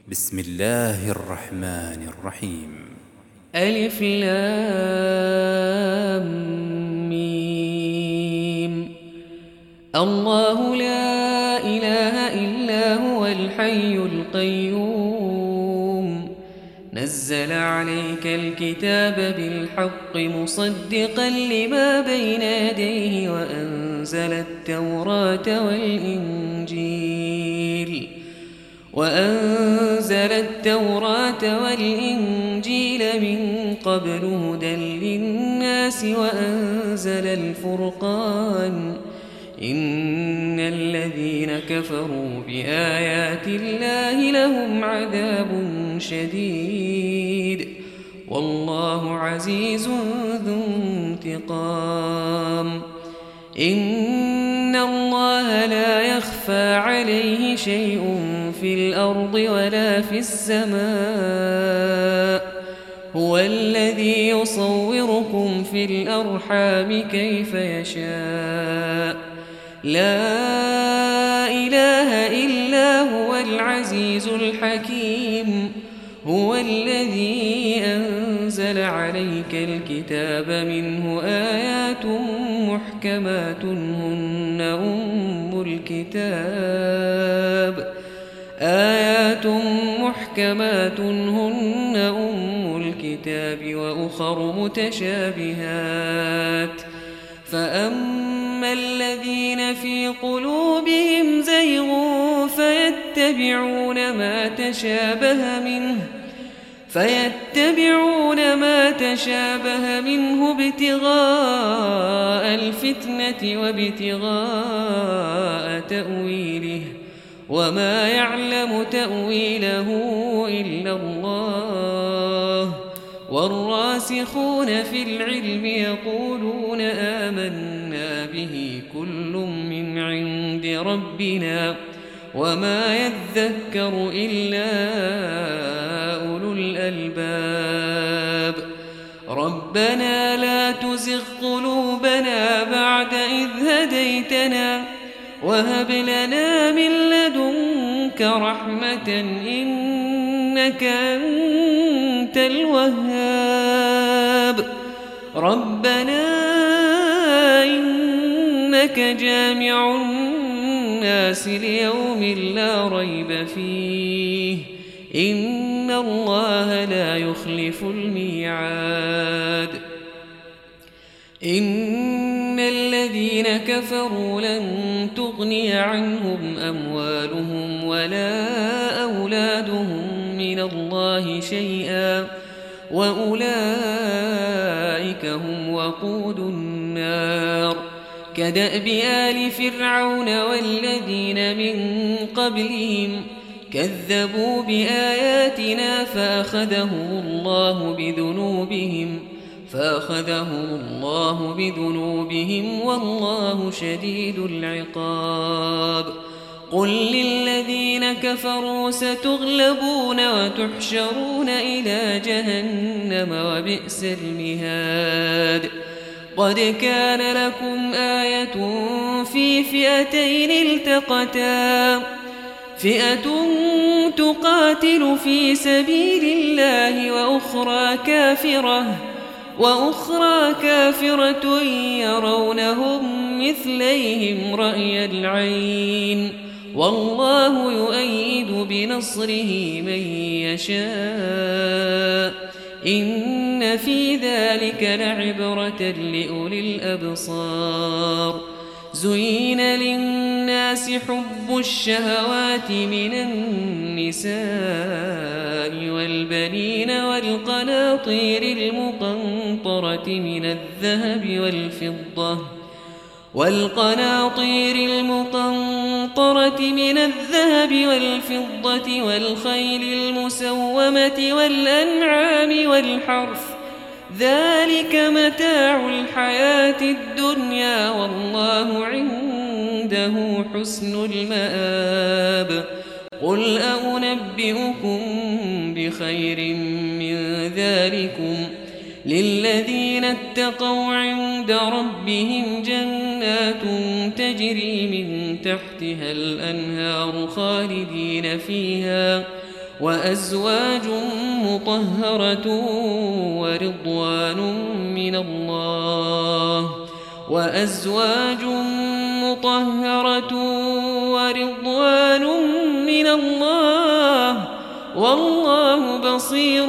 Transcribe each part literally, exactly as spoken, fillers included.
بسم الله الرحمن الرحيم. ألف لام ميم. الله لا إله إلا هو الحي القيوم نزل عليك الكتاب بالحق مصدقا لما بين يديه وأنزل التوراة والإنجيل وأنزل التوراة والإنجيل من قبل هدى للناس وأنزل الفرقان إن الذين كفروا بآيات الله لهم عذاب شديد والله عزيز ذو انتقام. إن الله لا يخفى عليه شيء في الأرض ولا في السماء هو الذي يصوركم في الأرحام كيف يشاء لا إله إلا هو العزيز الحكيم. هو الذي أنزل عليك الكتاب منه آيات محكمات هن أم الكتاب آيات محكمات هن أم الكتاب وأخر متشابهات فأما الذين في قلوبهم زيغ فيتبعون ما تشابه منه فيتبعون ما تشابه منه ابتغاء الفتنة وابتغاء تأويله وما يعلم تأويله إلا الله والراسخون في العلم يقولون آمنا به كل من عند ربنا وما يذكر إلا أولو الألباب. ربنا لا تزغ قلوبنا بعد إذ هديتنا وهب لنا من لدنك رحمة إنك أنت الوهاب. ربنا إنك جامع الناس ليوم لا ريب فيه إن الله لا يخلف الميعاد. إن الذين كفروا لن تغني عنهم أموالهم ولا أولادهم من الله شيئا وأولئك هم وقود النار كدأب آل فرعون والذين من قبلهم كذبوا بآياتنا فأخذهم الله بذنوبهم فأخذهم الله بذنوبهم والله شديد العقاب. قل للذين كفروا ستغلبون وتحشرون إلى جهنم وبئس المهاد. قد كان لكم آية في فئتين التقتا فئة تقاتل في سبيل الله وأخرى كافرة وأخرى كافرة يرونهم مثليهم رأي العين والله يؤيد بنصره من يشاء إن في ذلك لعبرة لأولي الأبصار. زين للناس حب الشهوات من النساء والبنين والقناطير المقنطرة من الذهب والفضة والقناطير المقنطرة من الذهب والفضة والخيل المسومة والأنعام والحرث ذلك متاع الحياة الدنيا والله عنده حسن المآب. قل أنبئكم بخير من ذلكم للذين اتقوا عند ربهم جنات تجري من تحتها الأنهار خالدين فيها وأزواج مطهرة ورضوان من الله وأزواج مطهرة ورضوان من الله والله بصير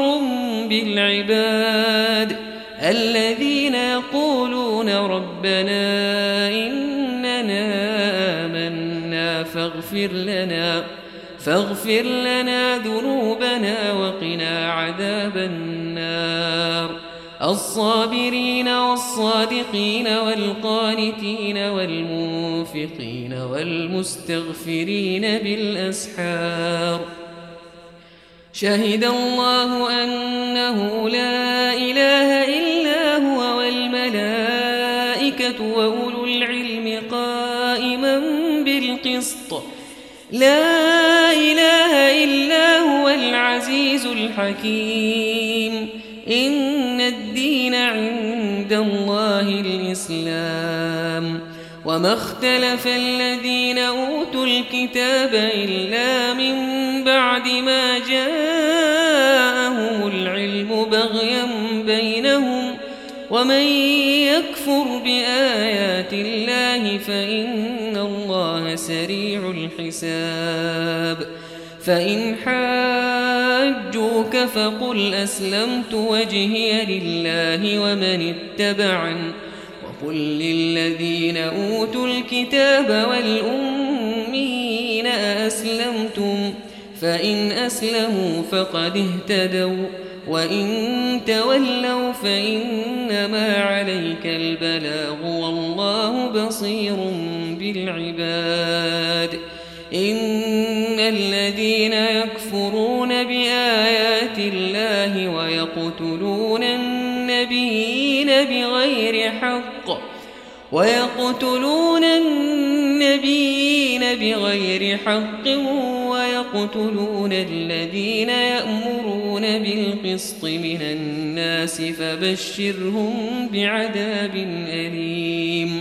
بالعباد الذين يقولون ربنا إننا آمنا فاغفر لنا فاغفر لنا ذنوبنا وقنا عذاب النار الصابرين والصادقين والقانتين والمنفقين والمستغفرين بالأسحار شهد الله أنه لا إله إلا هو والملائكة وأولو العلم قائما بالقسط لا إله إلا هو العزيز الحكيم إن الدين عند الله الإسلام وما اختلف الذين أوتوا الكتاب إلا من بعد ما جاءهم العلم بغيا بينهم ومن يكفر بآيات الله فإن الله سريع الحساب فإن حاجوك فقل أسلمت وجهي لله ومن اتبعني وقل للذين أوتوا الكتاب والأمين أسلمتم فإن أسلموا فقد اهتدوا وإن تولوا فإنما عليك البلاغ والله بصير بالعباد إن الذين يكفرون بآيات الله ويقتلون النبيين بغير حق ويقتلون النبيين بغير حق ويقتلون الذين يأمرون بالقسط من الناس فبشرهم بعذاب أليم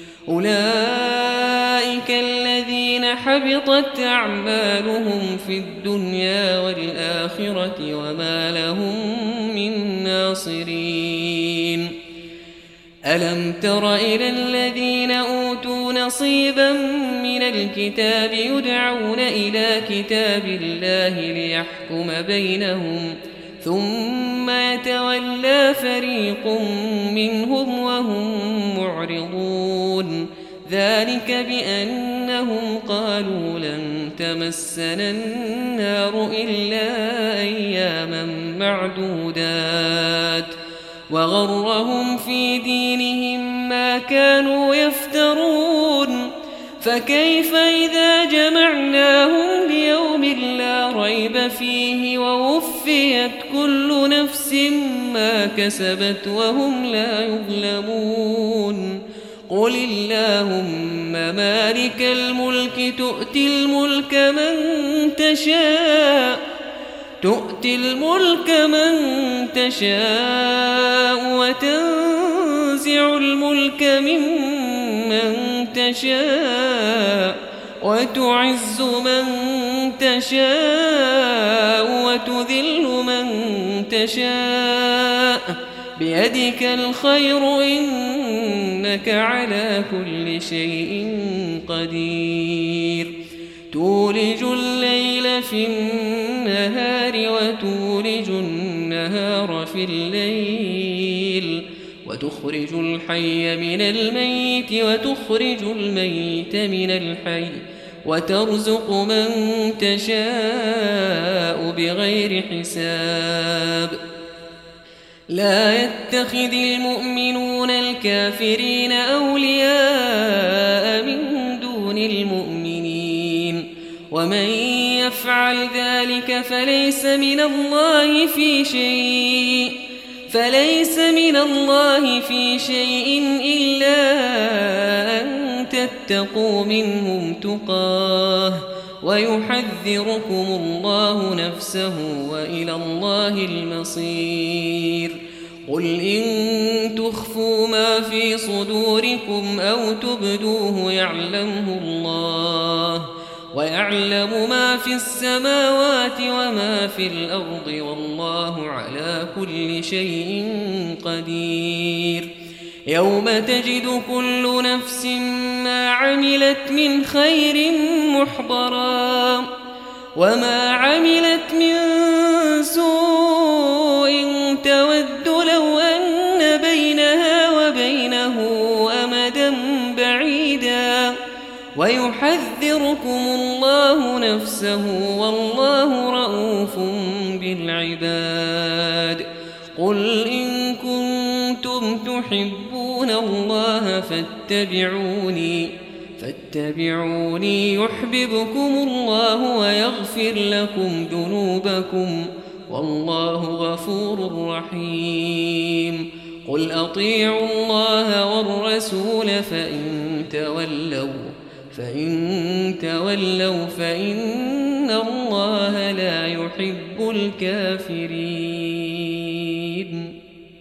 أولئك الذين حبطت أعمالهم في الدنيا والآخرة وما لهم من ناصرين ألم تر إلى الذين أوتوا نصيبا من الكتاب يدعون إلى كتاب الله ليحكم بينهم ثم يتولى فريق منهم وهم معرضون ذلك بأنهم قالوا لن تمسنا النار إلا أياما معدودات وغرهم في دينهم ما كانوا يفترون فكيف إذا جمعناهم ليوم لا ريب فيه ووفيت كل نفس ما كسبت وهم لا يظلمون قل اللهم مالك الملك تؤتي الملك من تشاء تؤتي الملك من تشاء وتنزع الملك ممن تشاء وتعز من تشاء وتذل من تشاء بيدك الخير إنك على كل شيء قدير تولج الليل في النهار وتولج النهار في الليل وتخرج الحي من الميت وتخرج الميت من الحي وترزق من تشاء بغير حساب لا يتخذ المؤمنون الكافرين أولياء من دون المؤمنين ومن يفعل ذلك فليس من الله في شيء فليس من الله في شيء إلا أن تتقوا منهم تقاه ويحذركم الله نفسه وإلى الله المصير قل إن تخفوا ما في صدوركم أو تبدوه يعلمه الله ويعلم ما في السماوات وما في الأرض والله على كل شيء قدير يوم تجد كل نفس ما عملت من خير محضرا وما عملت من سوء تود لو أن بينها وبينه أمدا بعيدا ويحذركم الله نفسه والله رءوف بالعباد قل إن كنتم تحبون الله فاتبعوني فاتبعوني يحببكم الله ويغفر لكم ذنوبكم والله غفور رحيم قل أطيعوا الله والرسول فإن تولوا فإن تولوا فإن الله لا يحب الكافرين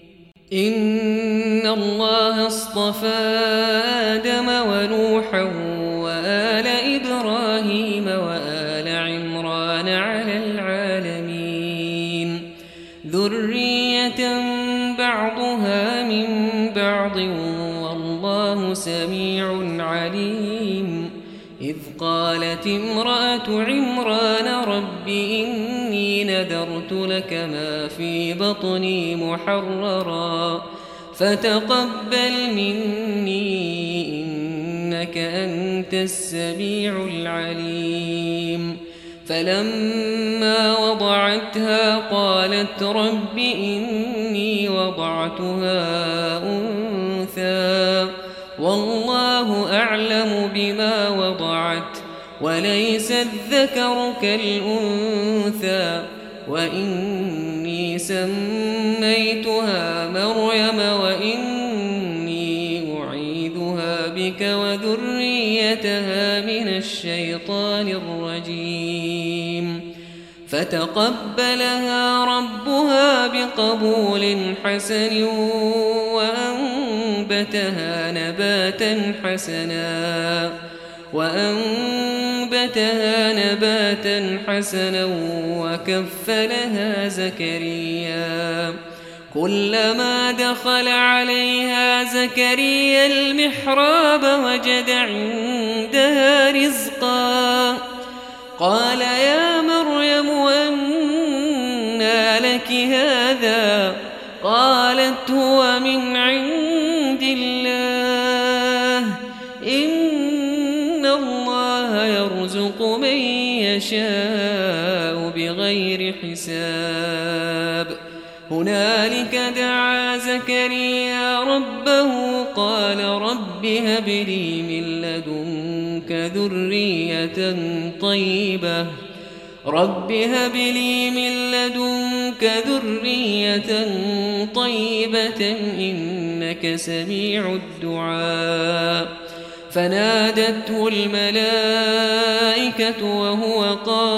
إن الله اصطفى آدم ونوحا وآل إبراهيم وآل عمران على العالمين ذرية بعضها من بعض والله سميع عليم إذ قالت امرأة عمران رب إني نذرت لك ما في بطني محررا فتقبل مني إنك أنت السميع العليم فلما وضعتها قالت رب إني وضعتها أنثى والله أعلم بما وضعت وليس الذكر كالأنثى وإني سميتها مريم وإني أعيذها بك وذريتها من الشيطان الرجيم فتقبلها ربها بقبول حسن وأنبتها نباتا حسنا وأنبتها نباتا حسنا وكفلها زكريا كلما دخل عليها زكريا المحراب وجد عندها رزقا قال يا مريم أنى لك هذا قالت هو من عند الله إن الله يرزق من يشاء بغير حساب هنالك دعا زكريا ربه قال رب هب لي من لدنك ذرية طيبة رب هب لي من لدنك ذرية طيبة إنك سميع الدعاء فنادته الملائكة وهو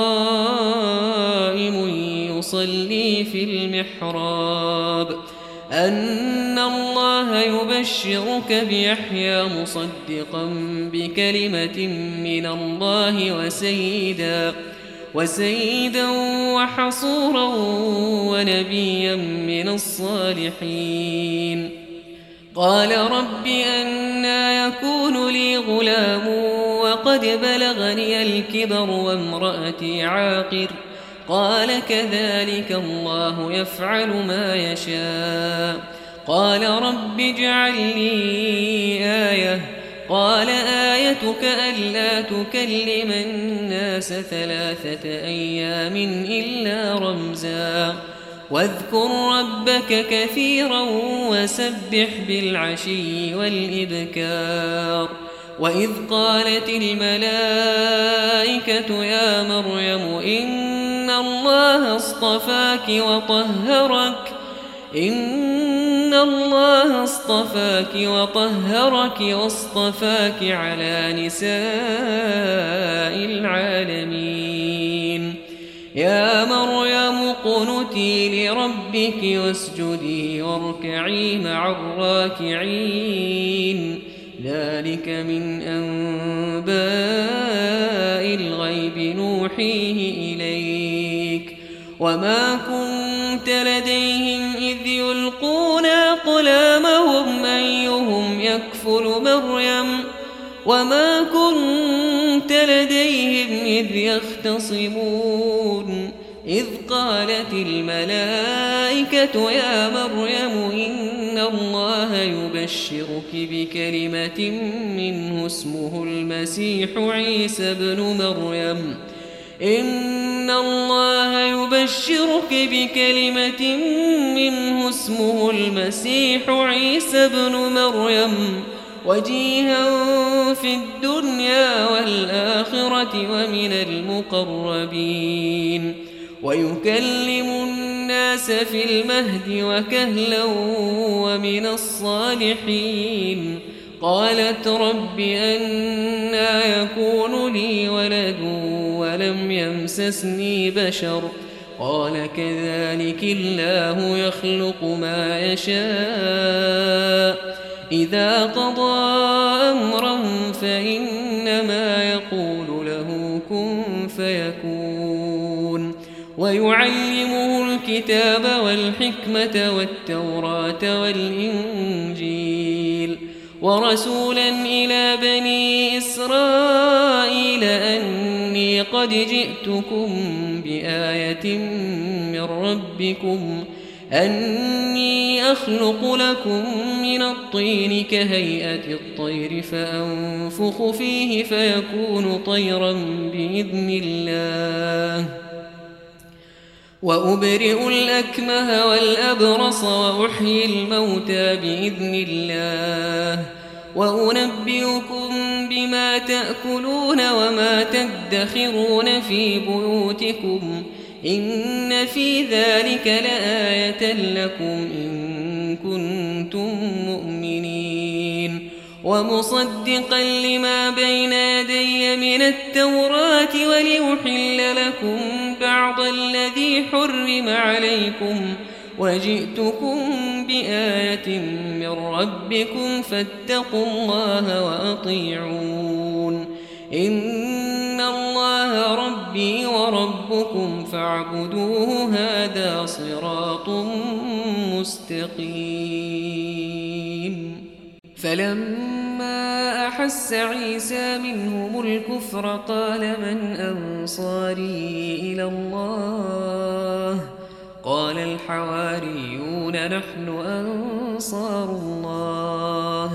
قائم يصلي في المحراب أن الله يبشرك بيحيى مصدقا بكلمة من الله وسيدا وسيدا وحصورا ونبيا من الصالحين قال رب أنى يكون لي غلام وقد بلغني الكبر وامرأتي عاقر قال كذلك الله يفعل ما يشاء قال رب اجعل لي آية قال آيتك ألا تكلم الناس ثلاثة أيام إلا رمزا واذكر ربك كثيرا وسبح بالعشي والإبكار وإذ قالت الملائكة يا مريم إن الله اصطفاك وطهرك إن الله اصطفاك وطهرك واصطفاك على نساء العالمين يا مريم اقنتي لربك واسجدي واركعي مع الراكعين ذلك من أنباء الغيب نوحيه إليك وما كنت لديهم إذ يلقون أقلامهم أيهم يكفل مريم وما كنت لديهم إذ يختصمون إذ قالت الملائكة يا مريم إن الله يبشرك بكلمة منه اسمه المسيح عيسى ابن مريم إن الله يبشرك بكلمة منه اسمه المسيح عيسى ابن مريم وجيها في الدنيا والآخرة ومن المقربين ويكلم الناس في المهد وكهلا ومن الصالحين قالت رب أنى يكون لي ولد ولم يمسسني بشر قال كذلك الله يخلق ما يشاء إذا قضى أمرا فإنما يقول له كن فيكون ويعلمه الكتاب والحكمة والتوراة والإنجيل ورسولا إلى بني إسرائيل أني قد جئتكم بآية من ربكم أني أخلق لكم من الطين كهيئة الطير فأنفخ فيه فيكون طيرا بإذن الله وأبرئ الأكمه والأبرص وأحيي الموتى بإذن الله وأنبئكم بما تأكلون وما تدخرون في بيوتكم إن في ذلك لآية لكم إن كنتم مؤمنين ومصدقا لما بين يدي من التوراة وليحل لكم بعض الذي حرم عليكم وجئتكم بآية من ربكم فاتقوا الله وأطيعون إن الله ربي وربكم فاعبدوه هذا صراط مستقيم فلما أحس عيسى منهم الكفر قال من أنصاري إلى الله قال الحواريون نحن أنصار الله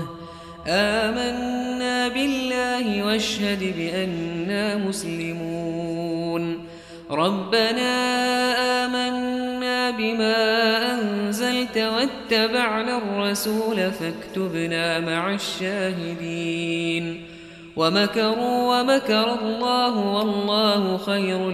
آمنا بالله واشهد بأننا مسلمون ربنا آمنا بما أنزلت واتبعنا الرسول فاكتبنا مع الشاهدين ومكروا ومكر الله والله خير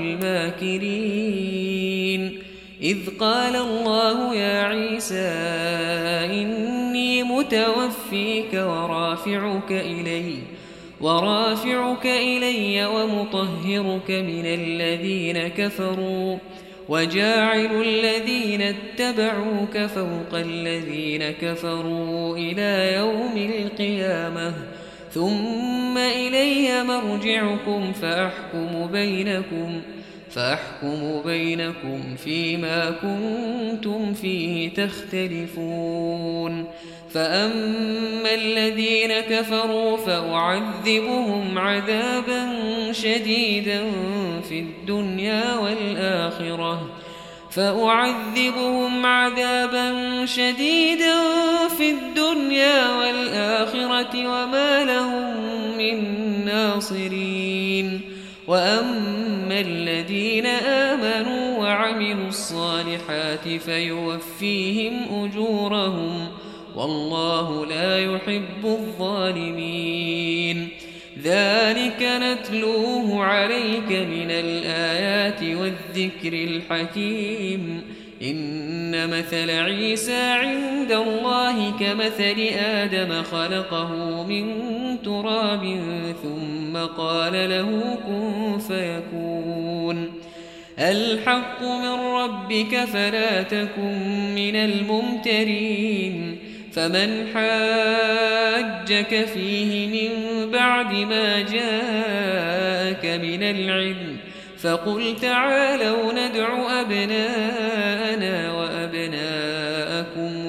الماكرين إذ قال الله يا عيسى إني متوفيك ورافعك إلي ورافعك إلي ومطهرك من الذين كفروا وجاعل الذين اتبعوك فوق الذين كفروا إلى يوم القيامة ثم إلي مرجعكم فأحكم بينكم فأحكم بينكم فيما كنتم فيه تختلفون فأما الذين كفروا فأعذبهم عذابا شديدا في الدنيا والآخرة فأعذبهم عذابا شديدا في الدنيا والآخرة وما لهم من ناصرين وأما الذين آمنوا وعملوا الصالحات فيوفيهم أجورهم والله لا يحب الظالمين ذلك نتلوه عليك من الآيات والذكر الحكيم إن مثل عيسى عند الله كمثل آدم خلقه من تراب ثم قال له كن فيكون الحق من ربك فلا تكن من الممترين فمن حاجك فيه من بعد ما جاءك من العلم فقل تعالوا ندع أبناءنا وأبناءكم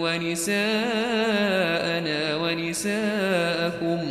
ونساءنا ونساءكم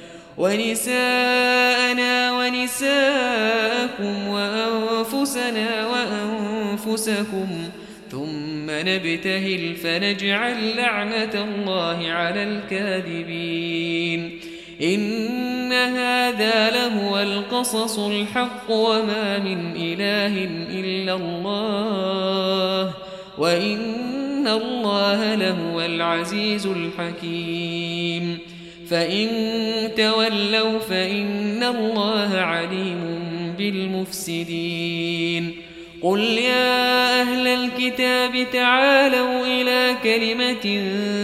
ونساءنا ونساءكم وأنفسنا وأنفسكم ثم نبتهل فنجعل لعنة الله على الكاذبين إن هذا لهو القصص الحق وما من إله إلا الله وإن الله لهو العزيز الحكيم فإن تولوا فإن الله عليم بالمفسدين قل يا أهل الكتاب تعالوا إلى كلمة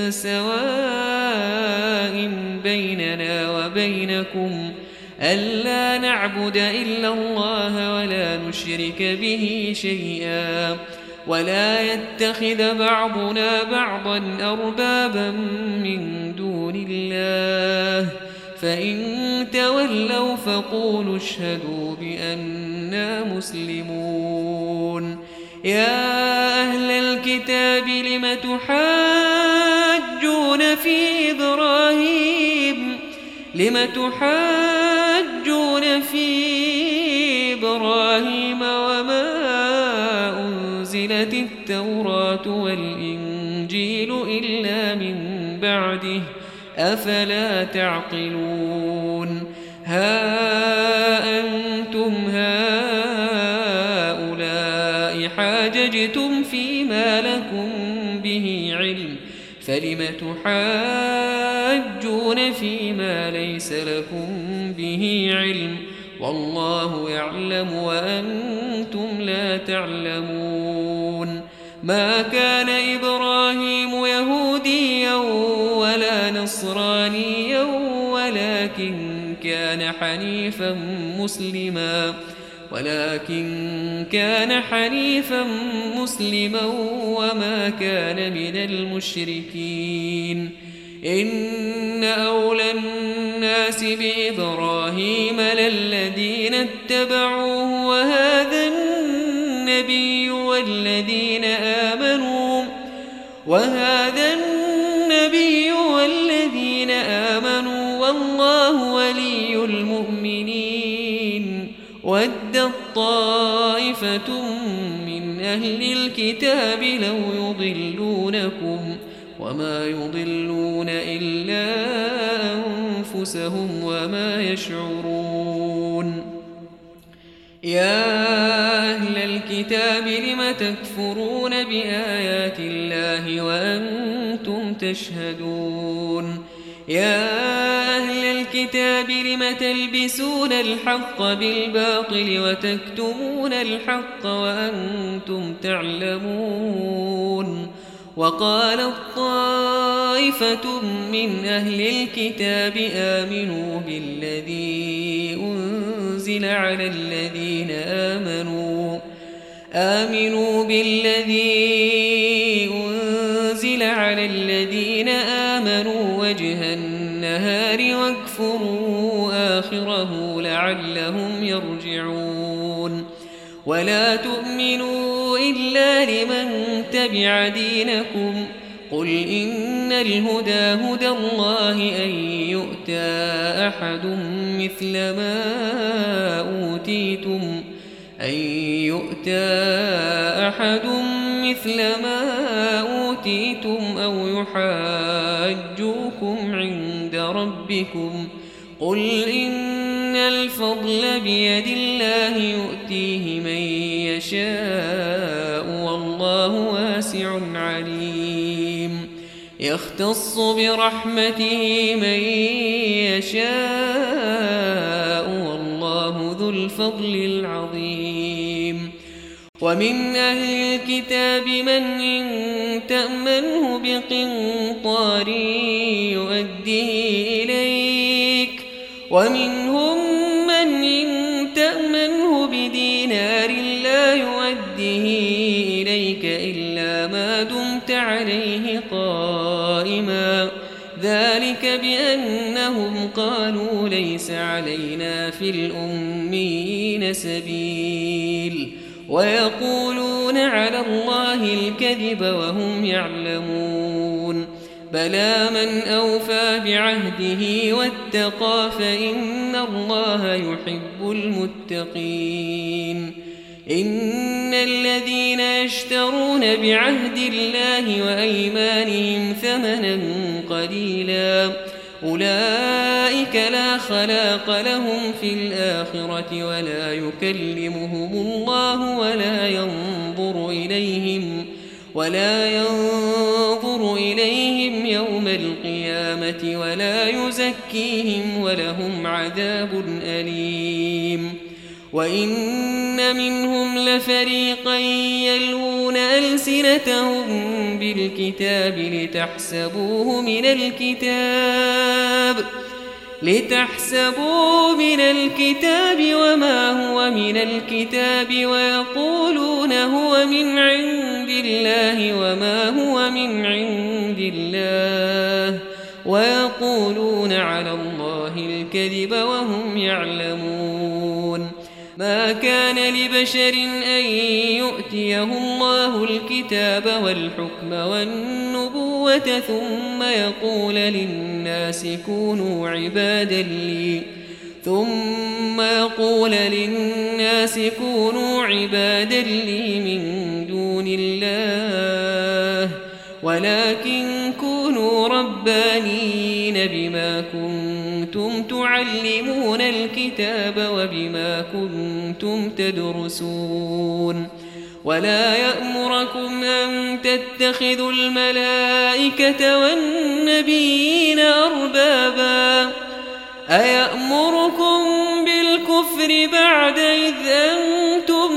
سواء بيننا وبينكم ألا نعبد إلا الله ولا نشرك به شيئا ولا يتخذ بعضنا بعضا أربابا من دون الله فإن تولوا فقولوا اشهدوا بأننا مسلمون يا أهل الكتاب لم تحاجون في إبراهيم لم تحاجون في إبراهيم وما أنزلت التوراة والإنجيل إلا من بعده أفلا تعقلون ها أنتم هؤلاء حاججتم فيما لكم به علم فلم تحاجون فيما ليس لكم به علم والله يعلم وأنتم لا تعلمون ما كان إبراهيم يهوديا ولا نصرانيا ولكن كان حنيفا مسلما ولكن كان حنيفا مسلما وما كان من المشركين إن أولى الناس بإبراهيم للذين اتبعوه وهذا النبي والذين آمنوا وهذا النبي والذين آمنوا والله ولي المؤمنين ودت طائفة من أهل الكتاب لو يضلونكم وما يضلون إلا أنفسهم وما يشعرون يا أهل الكتاب لم تكفرون بآيات الله وأنتم تشهدون يا أهل الكتاب لم تلبسون الحق بالباطل وتكتمون الحق وأنتم تعلمون وقالت طائفة من أهل الكتاب آمنوا بالذي أنزل على الذين آمنوا آمنوا بالذي أنزل على الذين آمنوا وجه النهار واكفروا آخره لعلهم يرجعون ولا تؤمنوا إلا لمن تبع دينكم قل إن الهدى هدى الله أن يؤتى أحد مثل ما أوتيتم أن يؤتى أحد مثل ما أوتيتم أو يحاجوكم عند ربكم قل إن الفضل بيد الله يؤتيه من يشاء والله واسع عليم يختص برحمته من يشاء والله ذو الفضل العظيم ومن أهل الكتاب من إن تأمنه بقنطار يؤديه إليك ومنهم من إن تأمنه بدينار لا يؤديه إليك إليك إلا ما دمت عليه قائما ذلك بأنهم قالوا ليس علينا في الأميين سبيل ويقولون على الله الكذب وهم يعلمون بلى من أوفى بعهده واتقى فإن الله يحب المتقين إن الذين يشترون بعهد الله وأيمانهم ثمنا قليلا أولئك لا خلاق لهم في الآخرة ولا يكلمهم الله ولا ينظر إليهم ولا ينظر إليهم يوم القيامة ولا يزكيهم ولهم عذاب أليم وإن منهم لفريقا يلوون ألسنتهم بالكتاب لتحسبوه من الكتاب لتحسبوه من الكتاب وما هو من الكتاب ويقولون هو من عند الله وما هو من عند الله ويقولون على الله الكذب وهم يعلمون ما كان لبشر أن يؤتيه الله الكتاب والحكم والنبوة ثم يقول للناس كونوا عبادا لي ثم يقول للناس كونوا عبادا لي من دون الله ولكن كونوا ربانين بما كنتم تعلمون الكتاب وبما كنتم تدرسون ولا يأمركم أن تتخذوا الملائكة والنبيين أربابا أيأمركم بالكفر بعد إذ أنتم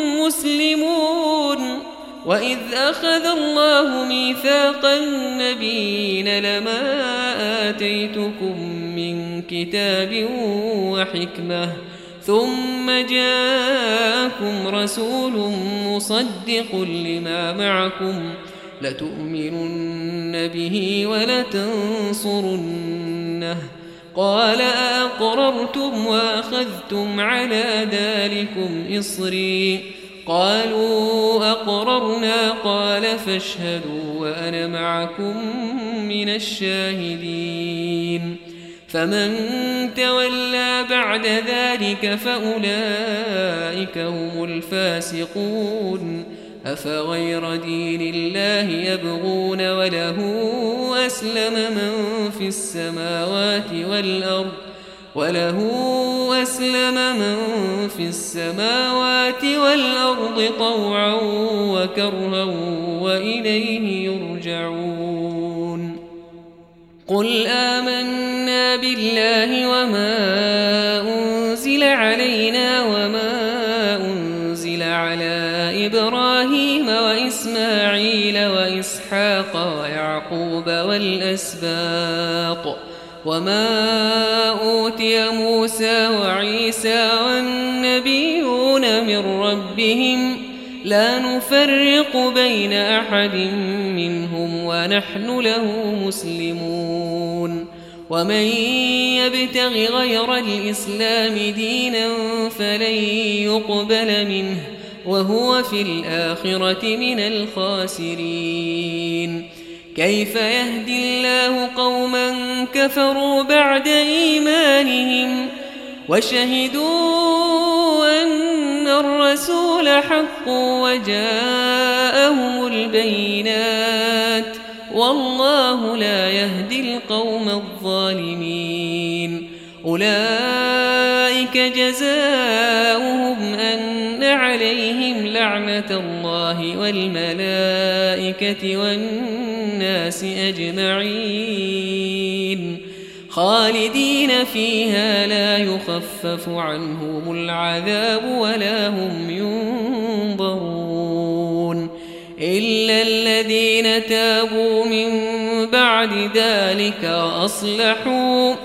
مسلمون وإذ أخذ الله ميثاق النبيين لما آتيتكم من كتاب وحكمة ثم جاءكم رسول مصدق لما معكم لتؤمنن به ولتنصرنه قال أأقررتم وأخذتم على ذلكم إصري قالوا أقررنا قال فاشهدوا وأنا معكم من الشاهدين فمن تولى بعد ذلك فأولئك هم الفاسقون أفغير دين الله يبغون وله أسلم من في السماوات والأرض وله أسلم من في السماوات والأرض طوعا وكرها وإليه يرجعون قل آمنا بالله وما أنزل علينا وما أنزل على إبراهيم وإسماعيل وإسحاق ويعقوب والأسباط وما أوتي موسى وعيسى والنبيون من ربهم لا نفرق بين أحد منهم ونحن له مسلمون ومن يبتغ غير الإسلام دينا فلن يقبل منه وهو في الآخرة من الخاسرين كيف يهدي الله قوما كفروا بعد إيمانهم وشهدوا أن الرسول حق وجاءهم البينات والله لا يهدي القوم الظالمين أولئك جزاؤهم أن عليهم لعنة الله والملائكة والناس أجمعين خالدين فيها لا يخفف عنهم العذاب ولا هم ينظرون إلا الذين تابوا من بعد ذلك وأصلحوا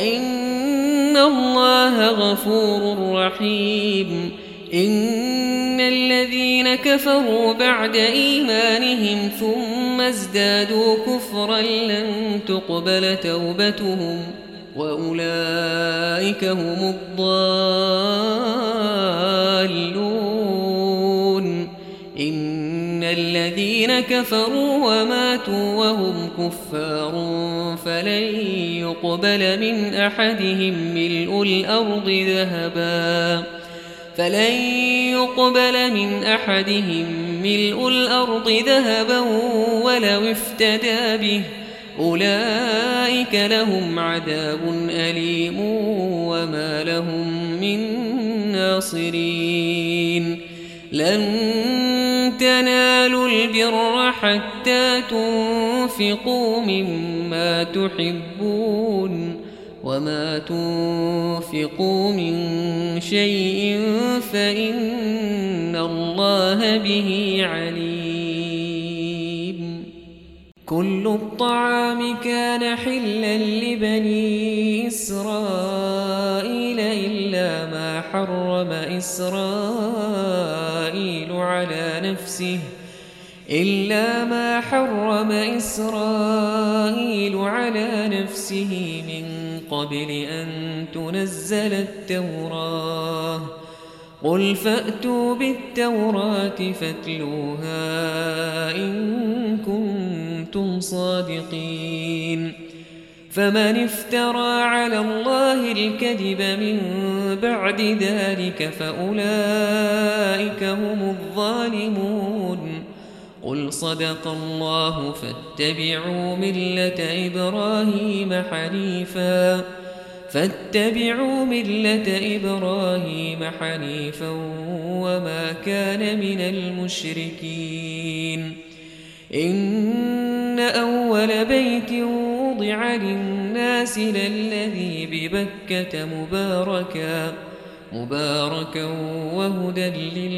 فإن الله غفور رحيم إن إن الذين كفروا بعد إيمانهم ثم ازدادوا كفرا لن تقبل توبتهم وأولئك هم الضالون إن الذين كفروا وماتوا وهم كفار فلن يقبل من أحدهم ملء الأرض ذهبا فلن يقبل من أحدهم ملء الأرض ذهبا ولو افتدى به أولئك لهم عذاب أليم وما لهم من ناصرين لن تنالوا البر حتى تنفقوا مما تحبون وما تنفقوا من شيء فإن الله به عليم كل الطعام كان حلا لبني إسرائيل إلا ما حرم إسرائيل على نفسه إلا ما حرم إسرائيل على نفسه من قبل أن تنزل التوراة قل فأتوا بالتوراة فاتلوها إن كنتم صادقين فمن افترى على الله الكذب من بعد ذلك فأولئك هم الظالمون قل صدق الله فاتبعوا ملة إبراهيم حنيفا فاتبعوا ملة إبراهيم حنيفا وما كان من المشركين إن أول بيت وضع للناس للذي ببكة مباركا مباركا وهدى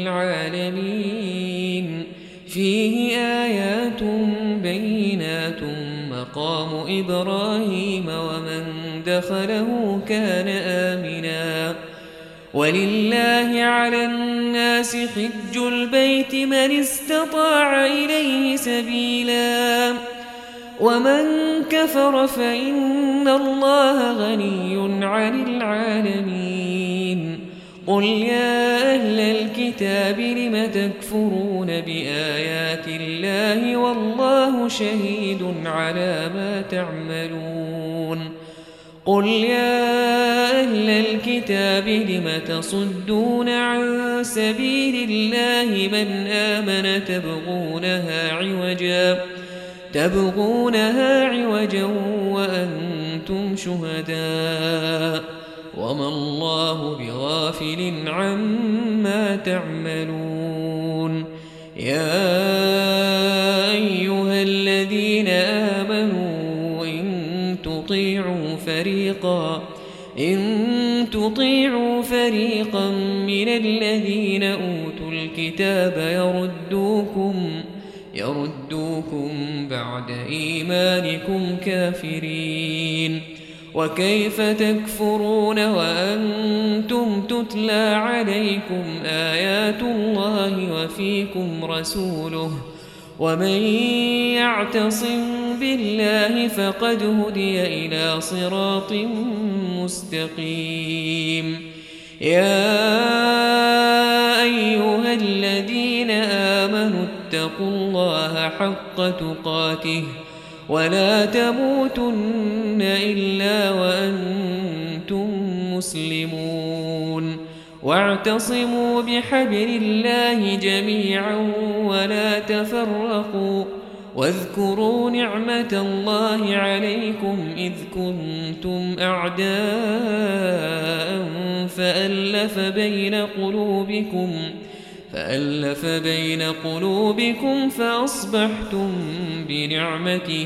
للعالمين فيه آيات بينات مقام إبراهيم ومن دخله كان آمنا ولله على الناس حج البيت من استطاع إليه سبيلا ومن كفر فإن الله غني عن العالمين قل يا أهل الكتاب لم تكفرون بآيات الله والله شهيد على ما تعملون قل يا أهل الكتاب لم تصدون عن سبيل الله من آمن تبغونها عوجا تبغونها عوجا وأنتم شهداء وما الله بغافل عما تعملون يا أيها الذين آمنوا إن تطيعوا فريقا إن تطيعوا فريقا من الذين أوتوا الكتاب يردوكم يردوكم بعد إيمانكم كافرين وكيف تكفرون وأنتم تتلى عليكم آيات الله وفيكم رسوله ومن يعتصم بالله فقد هدي إلى صراط مستقيم يا أيها الذين آمنوا اتقوا الله حق تقاته ولا تموتن إلا وأنتم مسلمون واعتصموا بحبل الله جميعا ولا تفرقوا واذكروا نعمة الله عليكم إذ كنتم أعداء فألف بين قلوبكم فألف بين قلوبكم فأصبحتم بنعمته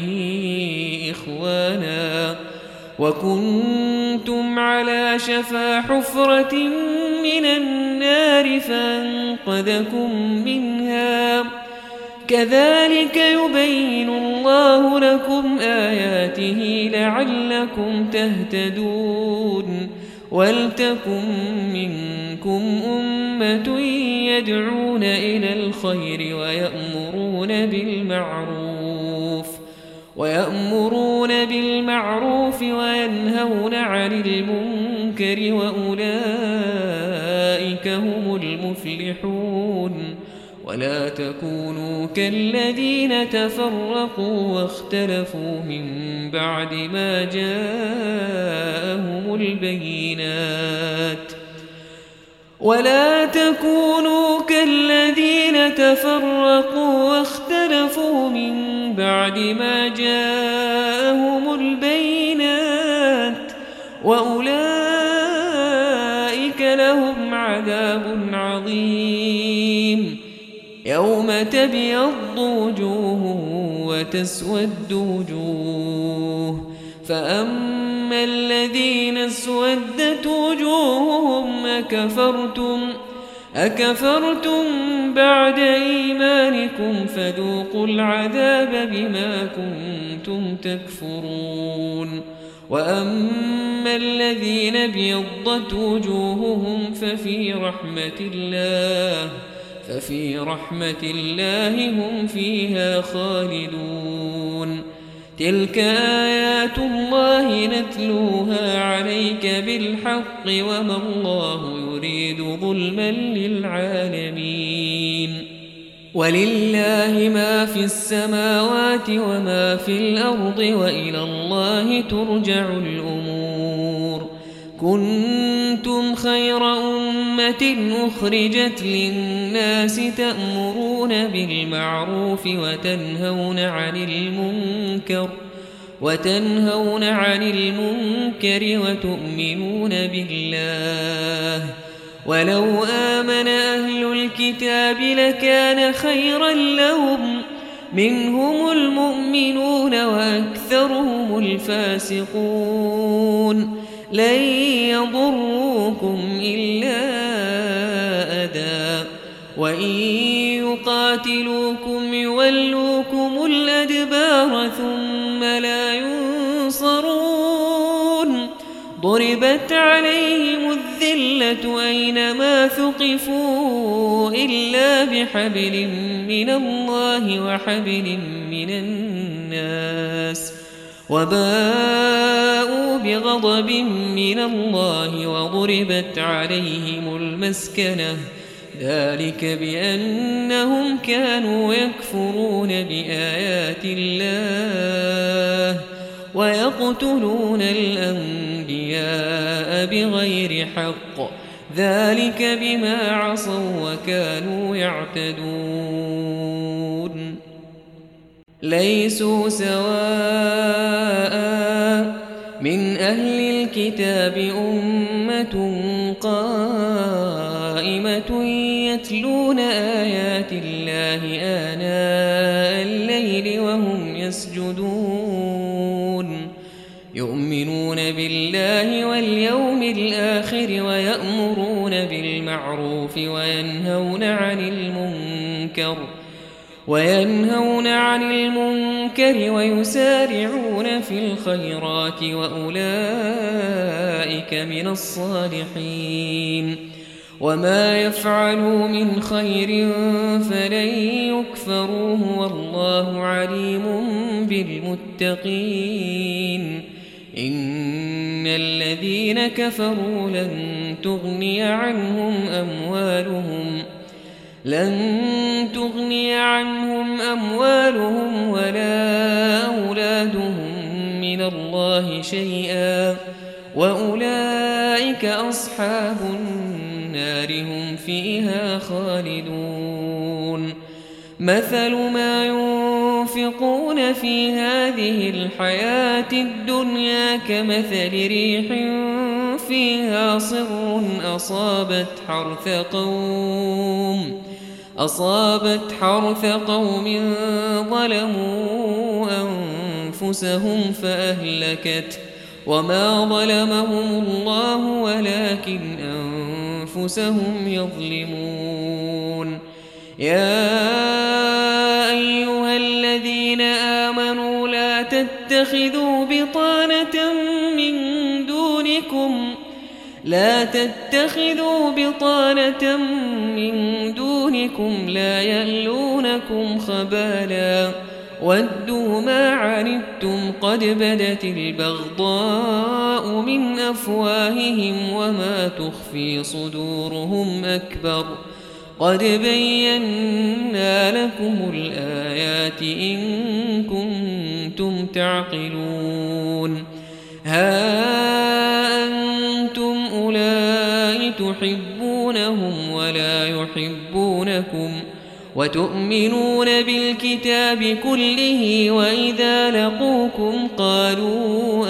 إخوانا وكنتم على شفا حفرة من النار فأنقذكم منها كذلك يبين الله لكم آياته لعلكم تهتدون ولتكن منكم أمة يدعون إلى الخير ويأمرون بالمعروف ويأمرون بالمعروف وينهون عن المنكر وأولئك هم المفلحون ولا تكونوا كالذين تفرقوا واختلفوا من بعد ما جاءهم البينات ولا تكونوا كالذين تفرقوا واختلفوا من بعد ما جاءهم البينات وأولئك لهم عذاب عظيم يوم تبيض وجوه وتسود وجوه فأما الذين اسودت وجوههم أكفرتم أكفرتم بعد إيمانكم فذوقوا العذاب بما كنتم تكفرون وأما الذين ابيضت وجوههم ففي رحمة الله ففي رحمة الله هم فيها خالدون تلك آيات الله نتلوها عليك بالحق وما الله يريد ظلما للعالمين ولله ما في السماوات وما في الأرض وإلى الله ترجع الأمور كنتم خير أمة أخرجت للناس تأمرون بالمعروف وتنهون عن المنكر وتنهون عن المنكر وتؤمنون بالله ولو آمن أهل الكتاب لكان خيرا لهم منهم المؤمنون وأكثرهم الفاسقون لن يضروكم إلا أذى وإن يقاتلوكم يولوكم الأدبار ثم لا ينصرون ضربت عليهم الذلة أينما ثقفوا إلا بحبل من الله وحبل من الناس وباءوا بغضب من الله وضربت عليهم المسكنة ذلك بأنهم كانوا يكفرون بآيات الله ويقتلون الأنبياء بغير حق ذلك بما عصوا وكانوا يعتدون ليسوا سواء من أهل الكتاب أمة قائمة يتلون آيات الله آناء الليل وهم يسجدون يؤمنون بالله واليوم الآخر ويأمرون بالمعروف وينهون عن المنكر وينهون عن المنكر ويسارعون في الخيرات وأولئك من الصالحين وما يفعلوا من خير فلن يكفروه والله عليم بالمتقين إن الذين كفروا لن تغني عنهم أموالهم لن تغني عنهم أموالهم ولا أولادهم من الله شيئا وأولئك أصحاب النار هم فيها خالدون مثل ما ينفقون في هذه الحياة الدنيا كمثل ريح فيها صر أصابت حرث قوم أصابت حرث قوم ظلموا أنفسهم فأهلكت وما ظلمهم الله ولكن أنفسهم يظلمون يا أيها الذين آمنوا لا تتخذوا بطانة من دونكم لا تتخذوا بطانة من دونكم لا يألونكم خبالا ودوا ما عنتم قد بدت البغضاء من أفواههم وما تخفي صدورهم أكبر قد بينا لكم الآيات إن كنتم تعقلون ها أنتم أولئك تحبونهم ولا يحبونكم وتؤمنون بالكتاب كله وإذا لقوكم قالوا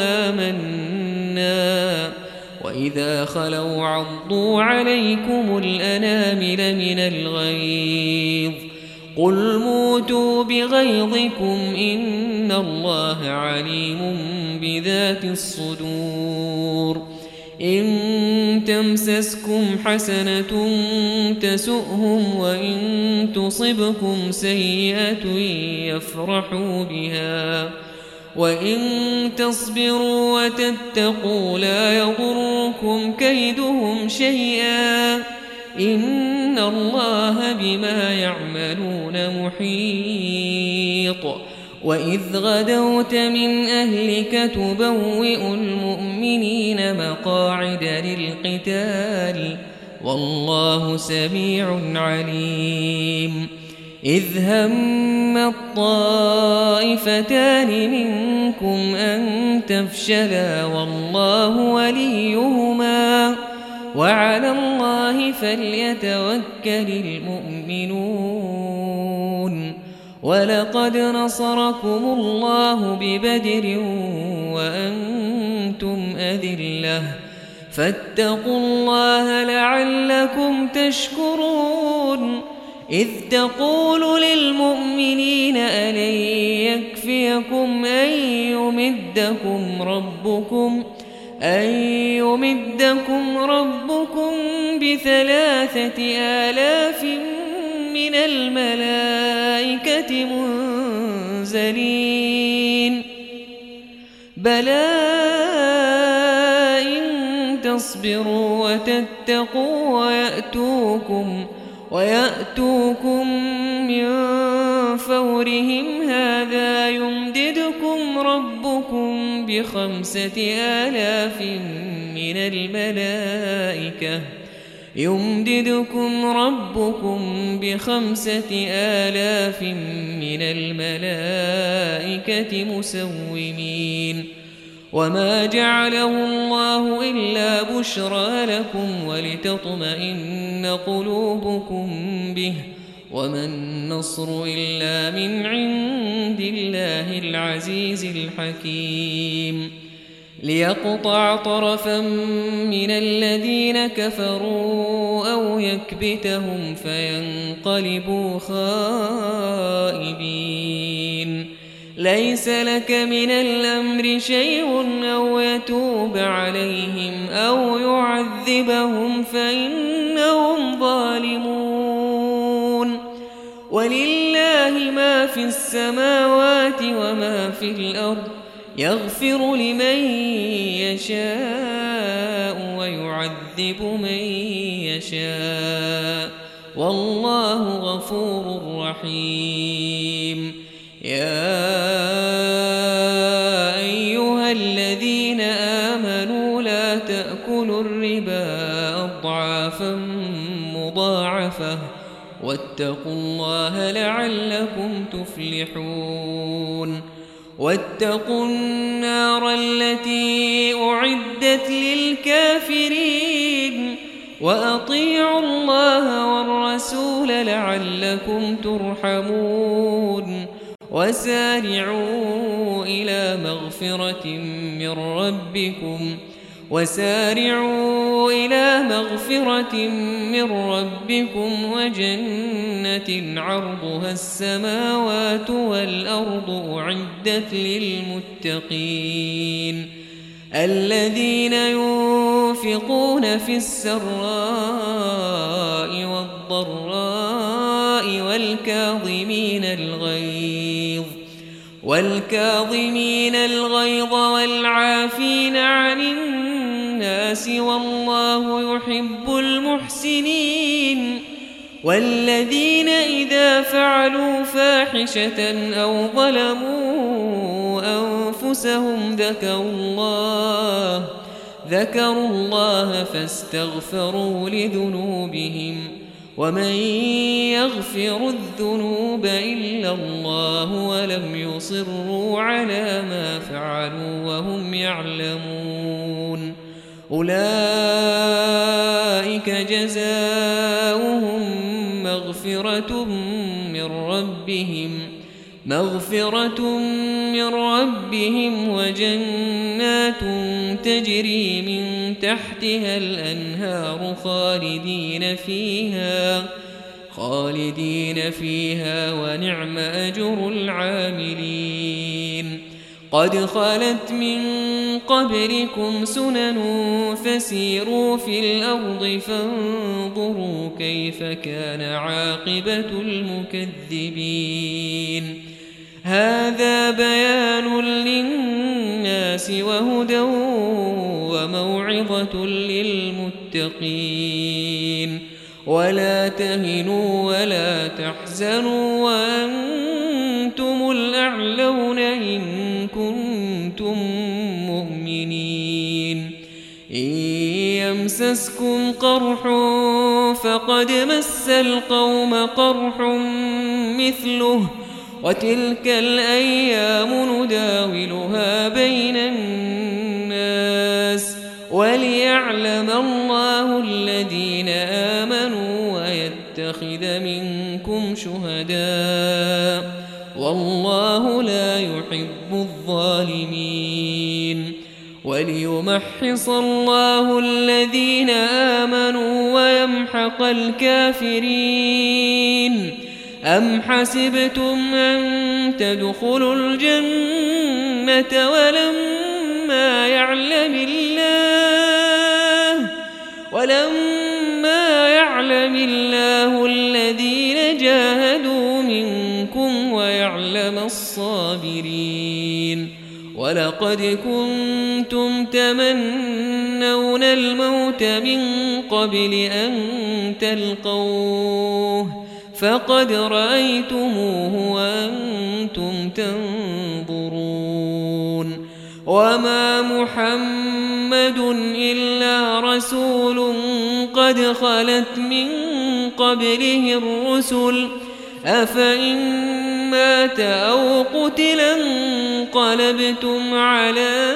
آمنا وإذا خلوا عضوا عليكم الأنامل من الغيظ قل موتوا بغيظكم إن الله عليم بذات الصدور إن تمسسكم حسنة تسؤهم وإن تصبكم سيئة يفرحوا بها وإن تصبروا وتتقوا لا يضركم كيدهم شيئا إن الله بما يعملون محيط وإذ غدوت من أهلك تبوئ المؤمنين مقاعد للقتال والله سميع عليم إذ هم الطائفتان منكم أن تفشلا والله وليهما وعلى الله فليتوكل المؤمنون ولقد نصركم الله ببدر وأنتم أذلة فاتقوا الله لعلكم تشكرون إذ تقول للمؤمنين ألن يكفيكم أن يمدكم ربكم أن يمدكم ربكم بثلاثة آلاف من الملائكة منزلين بلى إن تصبروا وتتقوا ويأتوكم ويأتوكم من فورهم هذا يمددكم ربكم بخمسة آلاف من الملائكة يمددكم ربكم بخمسة آلاف من الملائكة مسومين وما جعله الله إلا بشرى لكم ولتطمئن قلوبكم به وما النصر إلا من عند الله العزيز الحكيم ليقطع طرفا من الذين كفروا أو يكبتهم فينقلبوا خائبين ليس لك من الأمر شيء أو يتوب عليهم أو يعذبهم فإنهم ظالمون ولله ما في السماوات وما في الأرض يغفر لمن يشاء ويعذب من يشاء والله غفور رحيم يا أيها الذين آمنوا لا تأكلوا الربا أضعافا مضاعفة واتقوا الله لعلكم تفلحون واتقوا النار التي أعدت للكافرين وأطيعوا الله والرسول لعلكم ترحمون وسارعوا إلى مغفرة من ربكم وسارعوا إلى مغفرة من ربكم وجنة عرضها السماوات والأرض أعدت للمتقين الذين ينفقون في السراء والضراء والكاظمين الغيظ والكاظمين الغيظ والعافين عن الناس الناس والله يحب المحسنين. والذين إذا فعلوا فاحشة أو ظلموا أنفسهم ذكروا الله ذكروا الله فاستغفروا لذنوبهم ومن يغفر الذنوب إلا الله ولم يصروا على ما فعلوا وهم يعلمون أولئك جزاؤهم مغفرة من ربهم مغفرة من ربهم وجنات تجري من تحتها الأنهار خالدين فيها خالدين فيها ونعم أجر العاملين. قد خلت من قبلكم سنن فسيروا في الأرض فانظروا كيف كان عاقبة المكذبين. هذا بيان للناس وهدى وموعظة للمتقين. ولا تهنوا ولا تحزنوا وأنتم الأعلون إن كنتم مؤمنين. إن يمسسكم قرح فقد مس القوم قرح مثله وتلك الأيام نداولها بين الناس وليعلم الله الذين آمنوا ويتخذ منكم شهداء والله لا يحب الظالمين. وليمحص الله الذين آمنوا ويمحق الكافرين. أم حسبتم أن تدخلوا الجنة ولما يعلم الله ولما يعلم الله الذين جاهدوا منكم ويعلم الصابرين. ولقد كنتم تمنون الموت من قبل أن تلقوه فقد رأيتموه وأنتم تنظرون. وما محمد إلا رسول قد خلت من قبله الرسل أفإن مات أو قتل انقلبتم على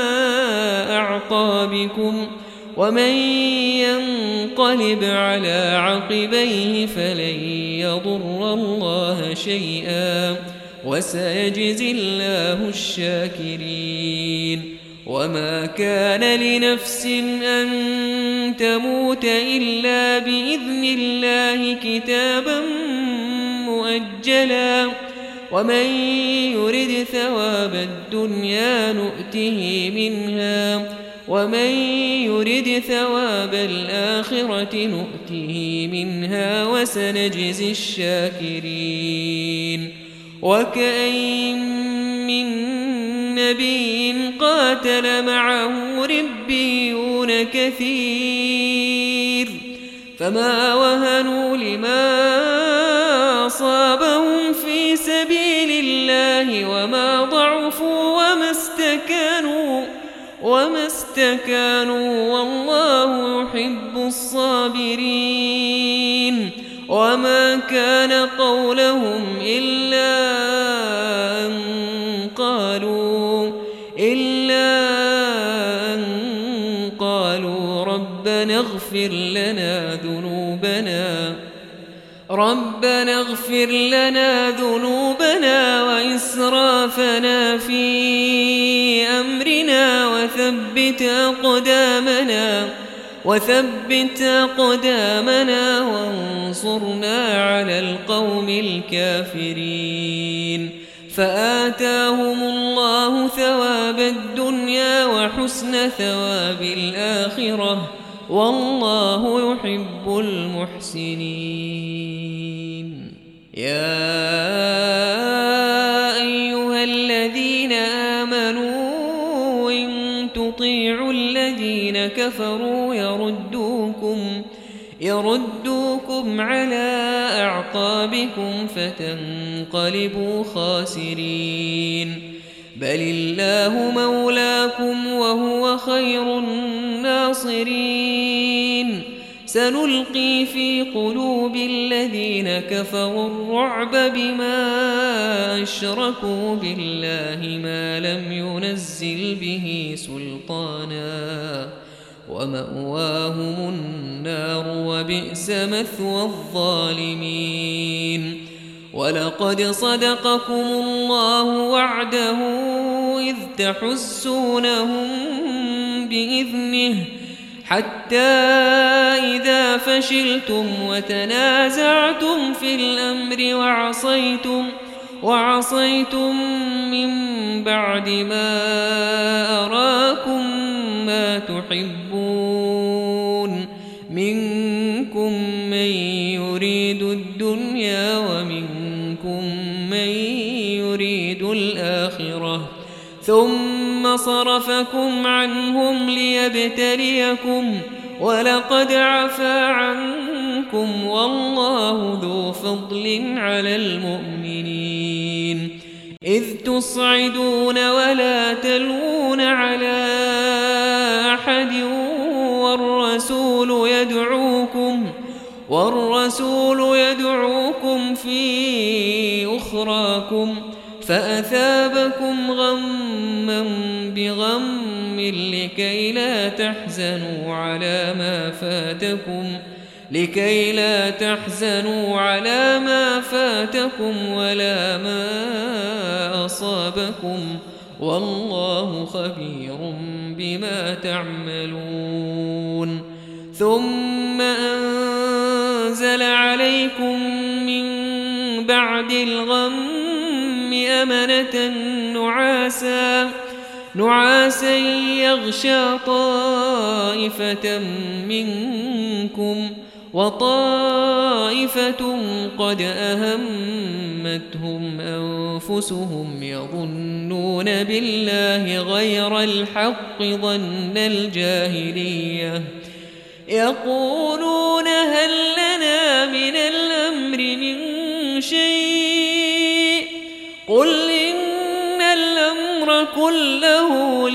أعقابكم ومن ينقلب على عقبيه فلن يضر الله شيئا وسيجزي الله الشاكرين. وما كان لنفس أن تموت إلا بإذن الله كتابا مؤجلا ومن يرد ثواب الدنيا نؤته منها ومن يرد ثواب الآخرة نؤته منها وسنجزي الشاكرين. وكأين من نبي قاتل معه ربيون كثير فما وهنوا لما أصابهم في سبيل الله وما ضعفوا وما استكانوا وما استكانوا والله يحب الصابرين. وما كان قولهم إلا أن قالوا إلا أن قالوا ربنا اغفر لنا ذنوبنا ربنا اغفر لنا ذنوبنا وإسرافنا في أمرنا وثبت أقدامنا وثبت أقدامنا وانصرنا على القوم الكافرين. فآتاهم الله ثواب الدنيا وحسن ثواب الآخرة والله يحب المحسنين. يا أيها الذين آمنوا إن تطيعوا الذين الذين كفروا يردوكم يردوكم على أعقابكم فتنقلبوا خاسرين بل الله مولاكم وهو خير الناصرين سنلقي في قلوب الذين كفروا الرعب بما أشركوا بالله ما لم ينزل به سلطانا ومأواهم النار وبئس مثوى الظالمين ولقد صدقكم الله وعده إذ تحسونهم بإذنه حتى إذا فشلتم وتنازعتم في الأمر وعصيتم وعصيتم من بعد ما أراكم ما تحبون منكم من يريد الدنيا ومنكم من يريد الآخرة ثم صرفكم عنهم ليبتليكم ولقد عفا عنكم والله ذو فضل على المؤمنين إذ تصعدون ولا تلوون على أحد والرسول يدعوكم والرسول يدعوكم في أخراكم فأثابكم غما بغم لكي لا تحزنوا على ما فاتكم لكي لا تحزنوا على ما فاتكم ولا ما أصابكم والله خبير بما تعملون ثم أنزل عليكم من بعد الغم أمنة نعاسا نعاسا يغشى طائفة منكم وطائفة قد أهمتهم أنفسهم يظنون بالله غير الحق ظن الجاهلية يقولون هل لنا من الأمر من شيء قل إن الأمر كله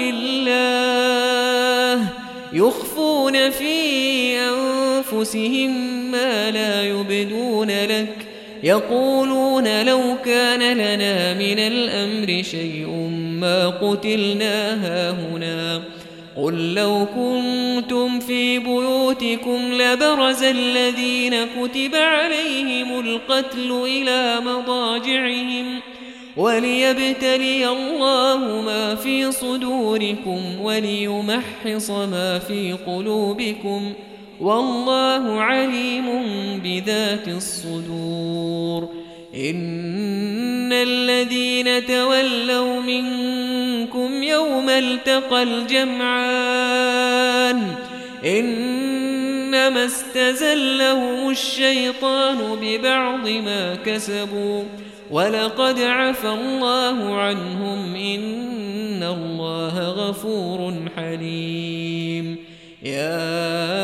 لله يخفون في أنفسهم ما لا يبدون لك يقولون لو كان لنا من الأمر شيء ما قتلنا هاهنا قل لو كنتم في بيوتكم لبرز الذين كتب عليهم القتل إلى مضاجعهم وليبتلي الله ما في صدوركم وليمحص ما في قلوبكم والله عليم بذات الصدور إن الذين تولوا منكم يوم التقى الجمعان إنما استزلهم الشيطان ببعض ما كسبوا ولقد عفى الله عنهم إن الله غفور حليم يا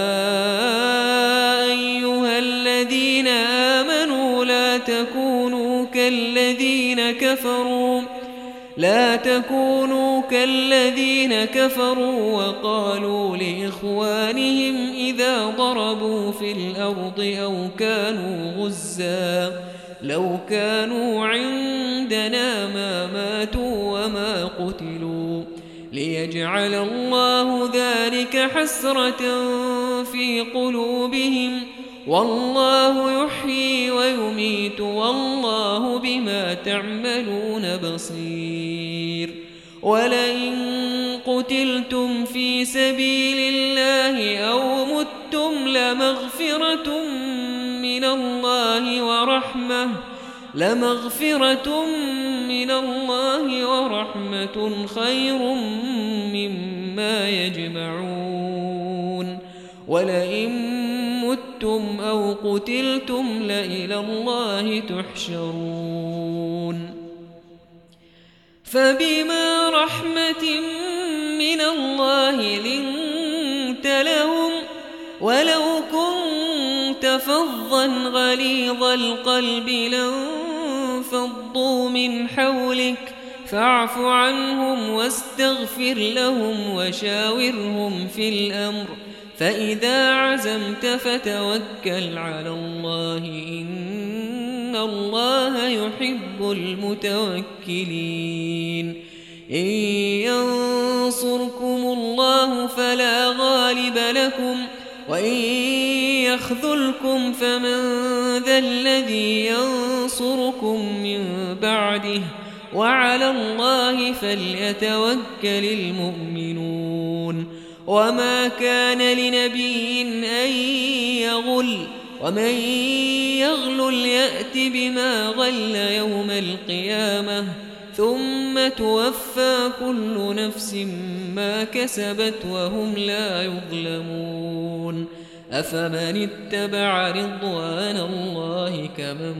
أيها الذين آمنوا لا تكونوا كالذين كفروا لا تكونوا كالذين كفروا وقالوا لإخوانهم إذا ضربوا في الأرض أو كانوا غزا لو كانوا عندنا ما ماتوا وما قتلوا ليجعل الله ذلك حسرة في قلوبهم والله يحيي ويميت والله بما تعملون بصير ولئن قتلتم في سبيل الله أو متم لمغفرة من الله ورحمة لمغفرة من الله ورحمة خير مما يجمعون ولئن متم أو قتلتم لإلى الله تحشرون فبما رحمة من الله لنت لنت لهم ولو كنت فظا غليظ القلب لانفضوا من حولك فاعف عنهم واستغفر لهم وشاورهم في الأمر فإذا عزمت فتوكل على الله إن الله يحب المتوكلين إن ينصركم الله فلا غالب لكم وإن يخذلكم فمن ذا الذي ينصركم من بعده وعلى الله فليتوكل المؤمنون وما كان لنبي أن يغل ومن يغل يأت بما غل يوم القيامة ثم توفى كل نفس ما كسبت وهم لا يظلمون أفمن اتبع رضوان الله كمن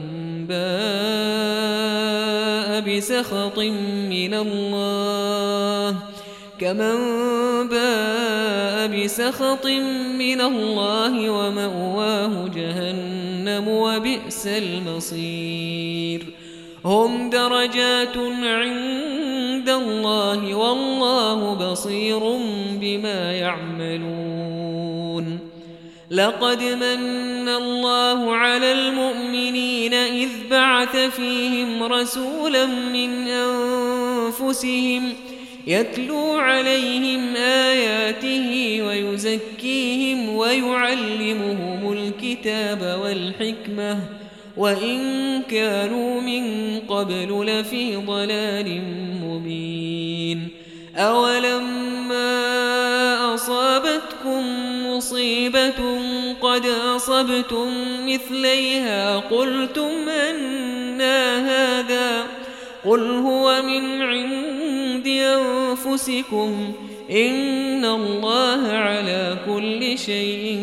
باء بسخط من الله كمن باء بسخط من الله ومأواه جهنم وبئس المصير هم درجات عند الله والله بصير بما يعملون لقد من الله على المؤمنين إذ بعث فيهم رسولا من أنفسهم يتلو عليهم آياته ويزكيهم ويعلمهم الكتاب والحكمة وإن كانوا من قبل لفي ضلال مبين أولما أصابتكم مصيبة قد أصبتم مثليها قلتم أنى هذا قل هو من عند أنفسكم إن الله على كل شيء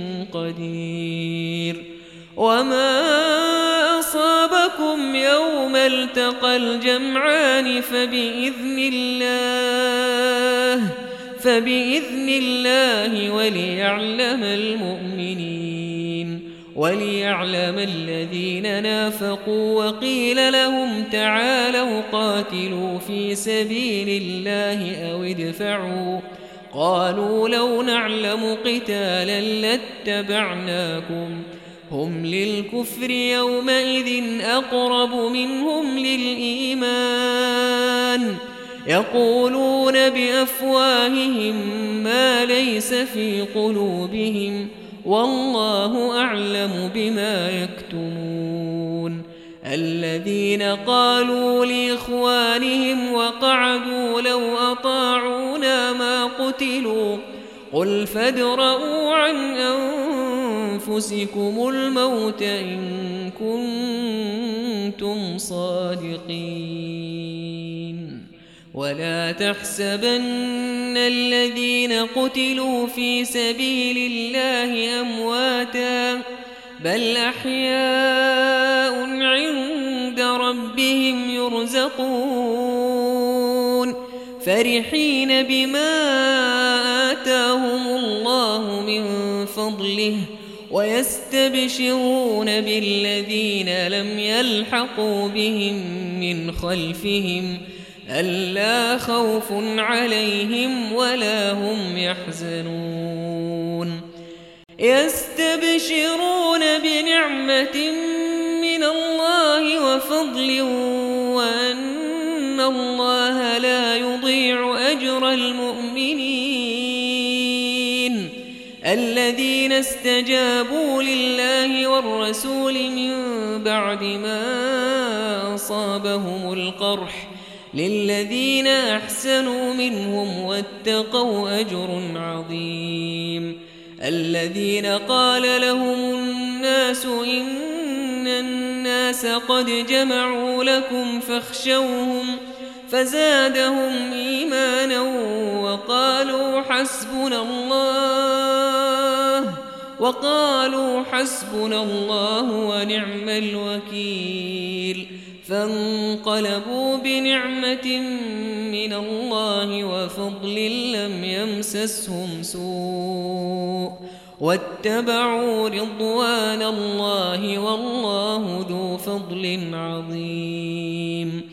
قدير وما أصابكم يوم التقى الجمعان فبإذن الله فبإذن الله وليعلم المؤمنين وليعلم الذين نافقوا وقيل لهم تعالوا قاتلوا في سبيل الله أو ادفعوا قالوا لو نعلم قتالا لاتبعناكم هم للكفر يومئذ أقرب منهم للإيمان يقولون بأفواههم ما ليس في قلوبهم والله أعلم بما يكتمون الذين قالوا لإخوانهم وقعدوا لو أطاعونا ما قتلوا قل فادرءوا عن أنفسكم الموت إن كنتم صادقين ولا تحسبن الذين قتلوا في سبيل الله أمواتا بل أحياء عند ربهم يرزقون فرحين بما آتاهم الله من فضله ويستبشرون بالذين لم يلحقوا بهم من خلفهم ألا خوف عليهم ولا هم يحزنون يستبشرون بنعمة من الله وفضل وأن الله لا يضيع أجر المؤمنين الذين استجابوا لله والرسول من بعد ما أصابهم القرح للذين أحسنوا منهم واتقوا أجر عظيم الذين قال لهم الناس إن الناس قد جمعوا لكم فاخشوهم فزادهم إيمانا وقالوا حسبنا الله وقالوا حسبنا الله ونعم الوكيل فانقلبوا بنعمة من الله وفضل لم يمسسهم سوء واتبعوا رضوان الله والله ذو فضل عظيم.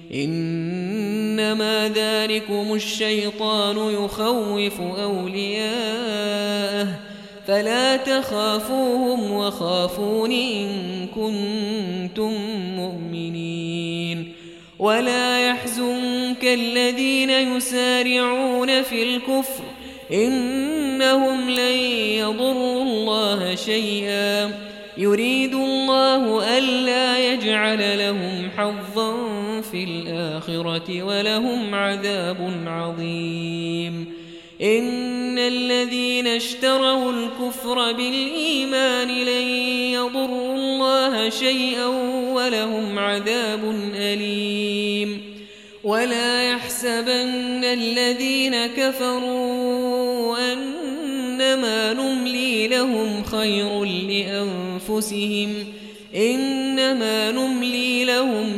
إنما ذلكم الشيطان يخوف أولياءه فلا تخافوهم وخافون إن كنتم مؤمنين. ولا يحزنك الذين يسارعون في الكفر إنهم لن يضروا الله شيئا يريد الله ألا يجعل لهم حظا في الآخرة ولهم عذاب عظيم. إن الذين اشتروا الكفر بالإيمان لن يضروا الله شيئا ولهم عذاب أليم. ولا يحسبن الذين كفروا أنما نملي لهم خير لأنفسهم إنما نملي لهم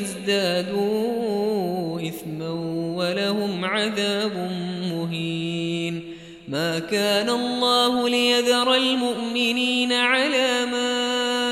ليزدادوا إثما ولهم عذاب مهين. ما كان الله ليذر المؤمنين على ما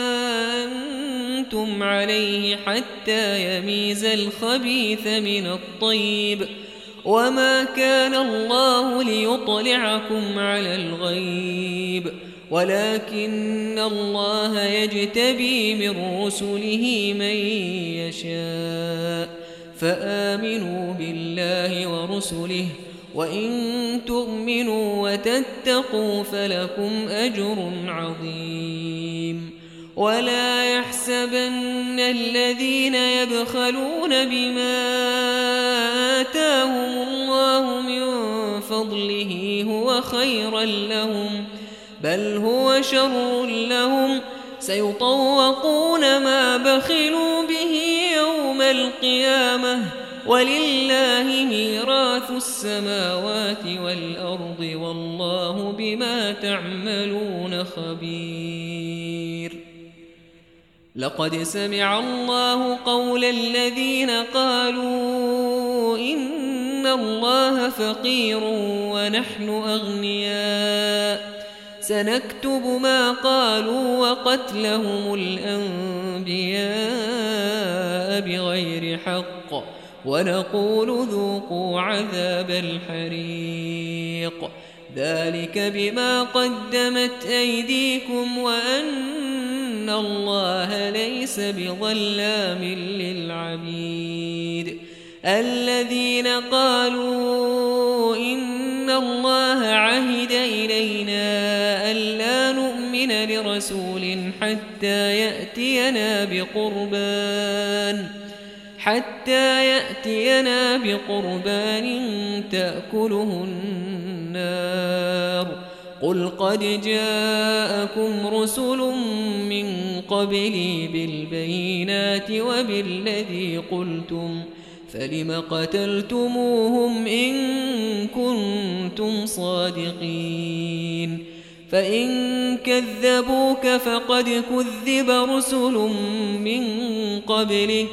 أنتم عليه حتى يميز الخبيث من الطيب وما كان الله ليطلعكم على الغيب ولكن الله يجتبي من رسله من يشاء فآمنوا بالله ورسله وإن تؤمنوا وتتقوا فلكم أجر عظيم. ولا يحسبن الذين يبخلون بما آتاهم الله من فضله هو خيرا لهم بل هو شر لهم سيطوقون ما بخلوا به يوم القيامة ولله ميراث السماوات والأرض والله بما تعملون خبير. لقد سمع الله قول الذين قالوا إن الله فقير ونحن أغنياء سنكتب ما قالوا وقتلهم الأنبياء بغير حق ونقول ذوقوا عذاب الحريق ذلك بما قدمت أيديكم وأن الله ليس بظلام للعبيد. الذين قالوا إن الله عهد إلينا ألا نؤمن لرسول حتى يأتينا بقربان حتى يأتينا بقربان تأكله النار قل قد جاءكم رسل من قبلي بالبينات وبالذي قلتم فلم قتلتموهم إن كنتم صادقين. فإن كذبوك فقد كذب رسل من قبلك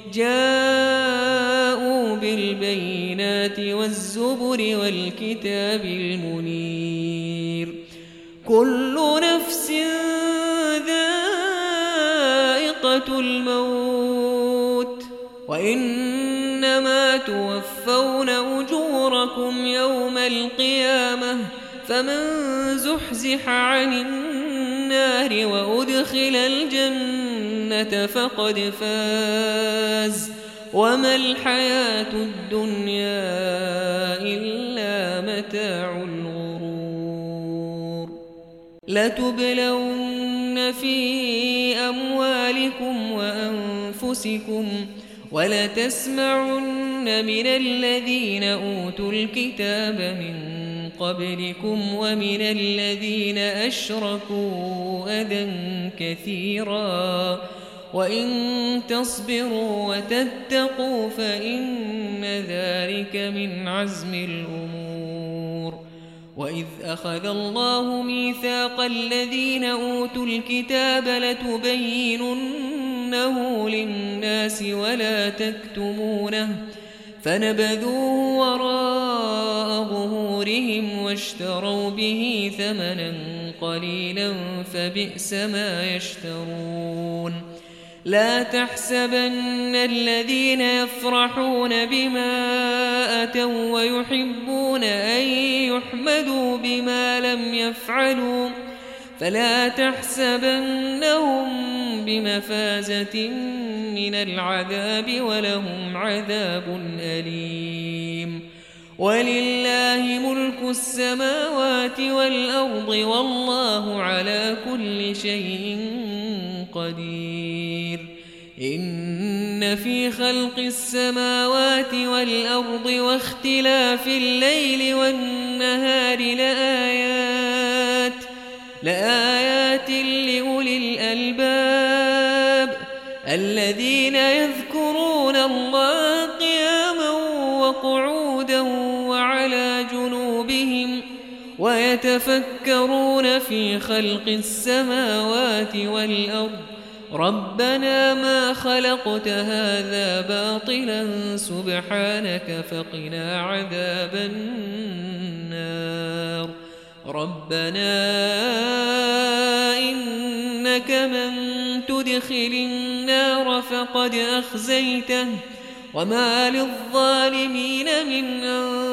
جاءوا بالبينات والزبر والكتاب المنير. كل نفس ذائقة الموت وإنما توفون أجوركم يوم القيامة فمن زحزح عن النار وأدخل الجنة فقد فاز وما الحياة الدنيا إلا متاع الغرور. لتبلون في أموالكم وأنفسكم ولتسمعن من الذين أوتوا الكتاب من قبلكم ومن الذين أشركوا أذى كثيرا وإن تصبروا وتتقوا فإن ذلك من عزم الأمور. وإذ أخذ الله ميثاق الذين أوتوا الكتاب لتبينن لتبيننه للناس ولا تكتمونه فنبذوه وراء ظهورهم واشتروا به ثمنا قليلا فبئس ما يشترون لا تحسبن الذين يفرحون بما أتوا ويحبون أن يحمدوا بما لم يفعلوا فلا تحسبنهم بمفازة من العذاب ولهم عذاب أليم ولله ملك السماوات والأرض والله على كل شيء قدير إن في خلق السماوات والأرض واختلاف الليل والنهار لآيات لآيات لأولي الألباب الذين يذكرون الله قياما وقعودا وعلى جنوبهم ويتفكرون في خلق السماوات والأرض ربنا ما خلقت هذا باطلا سبحانك فقنا عذاب النار ربنا إنك من تدخل النار فقد أخزيته وما للظالمين من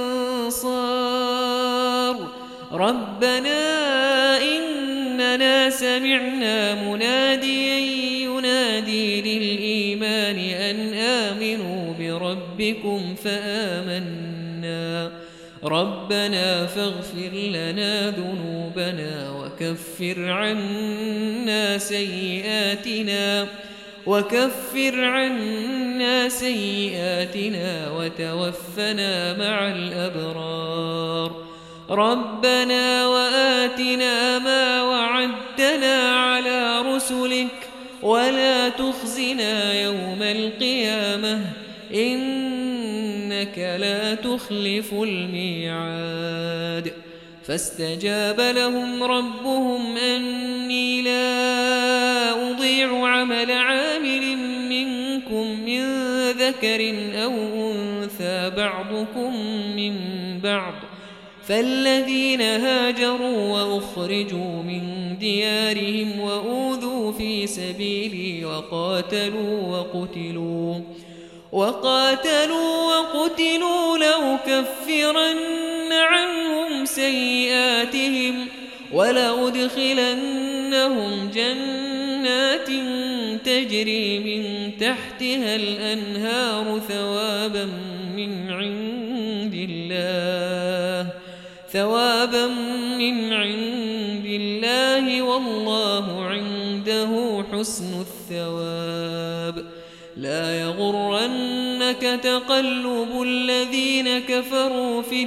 أنصار ربنا إننا سمعنا مناديا ينادي للإيمان أن آمنوا بربكم فآمنا ربنا فاغفر لنا ذنوبنا وكفر عنا سيئاتنا وكفر عنا سيئاتنا وتوفنا مع الأبرار ربنا وآتنا ما وعدتنا على رسلك ولا تخزنا يوم القيامة إنك لا تخلف الميعاد فاستجاب لهم ربهم أني لا أضيع عمل عامل منكم من ذكر أو أنثى بعضكم من بعض فالذين هاجروا وأخرجوا من ديارهم وأوذوا في سبيلي وقاتلوا وقتلوا وقاتلوا وقتلوا لأكفرن عنهم سيئاتهم ولأدخلنهم جنات تجري من تحتها الأنهار ثوابا من عند الله ثوابا من عند الله والله عنده حسن الثواب لا يغرنك تقلب الذين كفروا في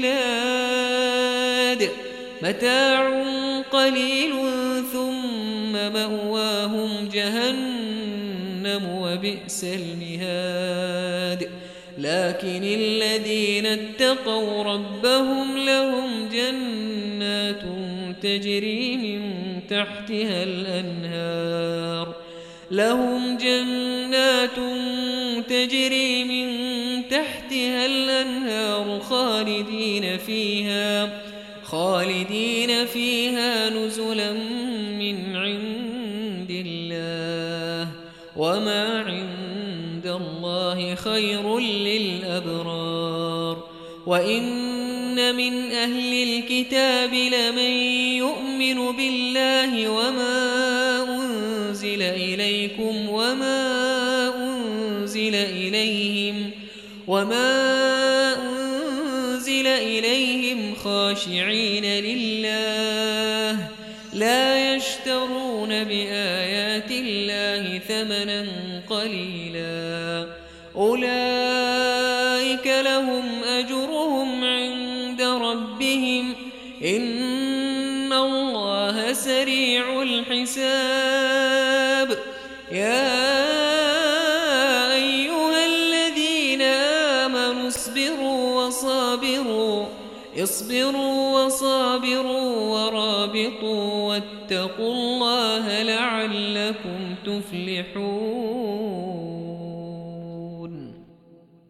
البلاد متاع قليل ثم مأواهم جهنم وبئس المهاد لكن الذين اتقوا ربهم لهم جنات تجري من تحتها الأنهار لهم جنات تجري من تحتها الأنهار خالدين فيها خالدين فيها نزلا من عند الله وما عند الله خير للأبرار وإن من أهل الكتاب لمن يؤمن بالله وما أنزل إليكم وما أنزل إليهم وما أنزل إليهم خاشعين لله لا يشترون بآيات الله ثمنا قليلا أولئك لهم أجرهم عند ربهم إن الله سريع الحساب يا أيها الذين آمنوا اصبروا وصابروا اصبروا وصابروا ورابطوا واتقوا الله لعلكم تفلحون.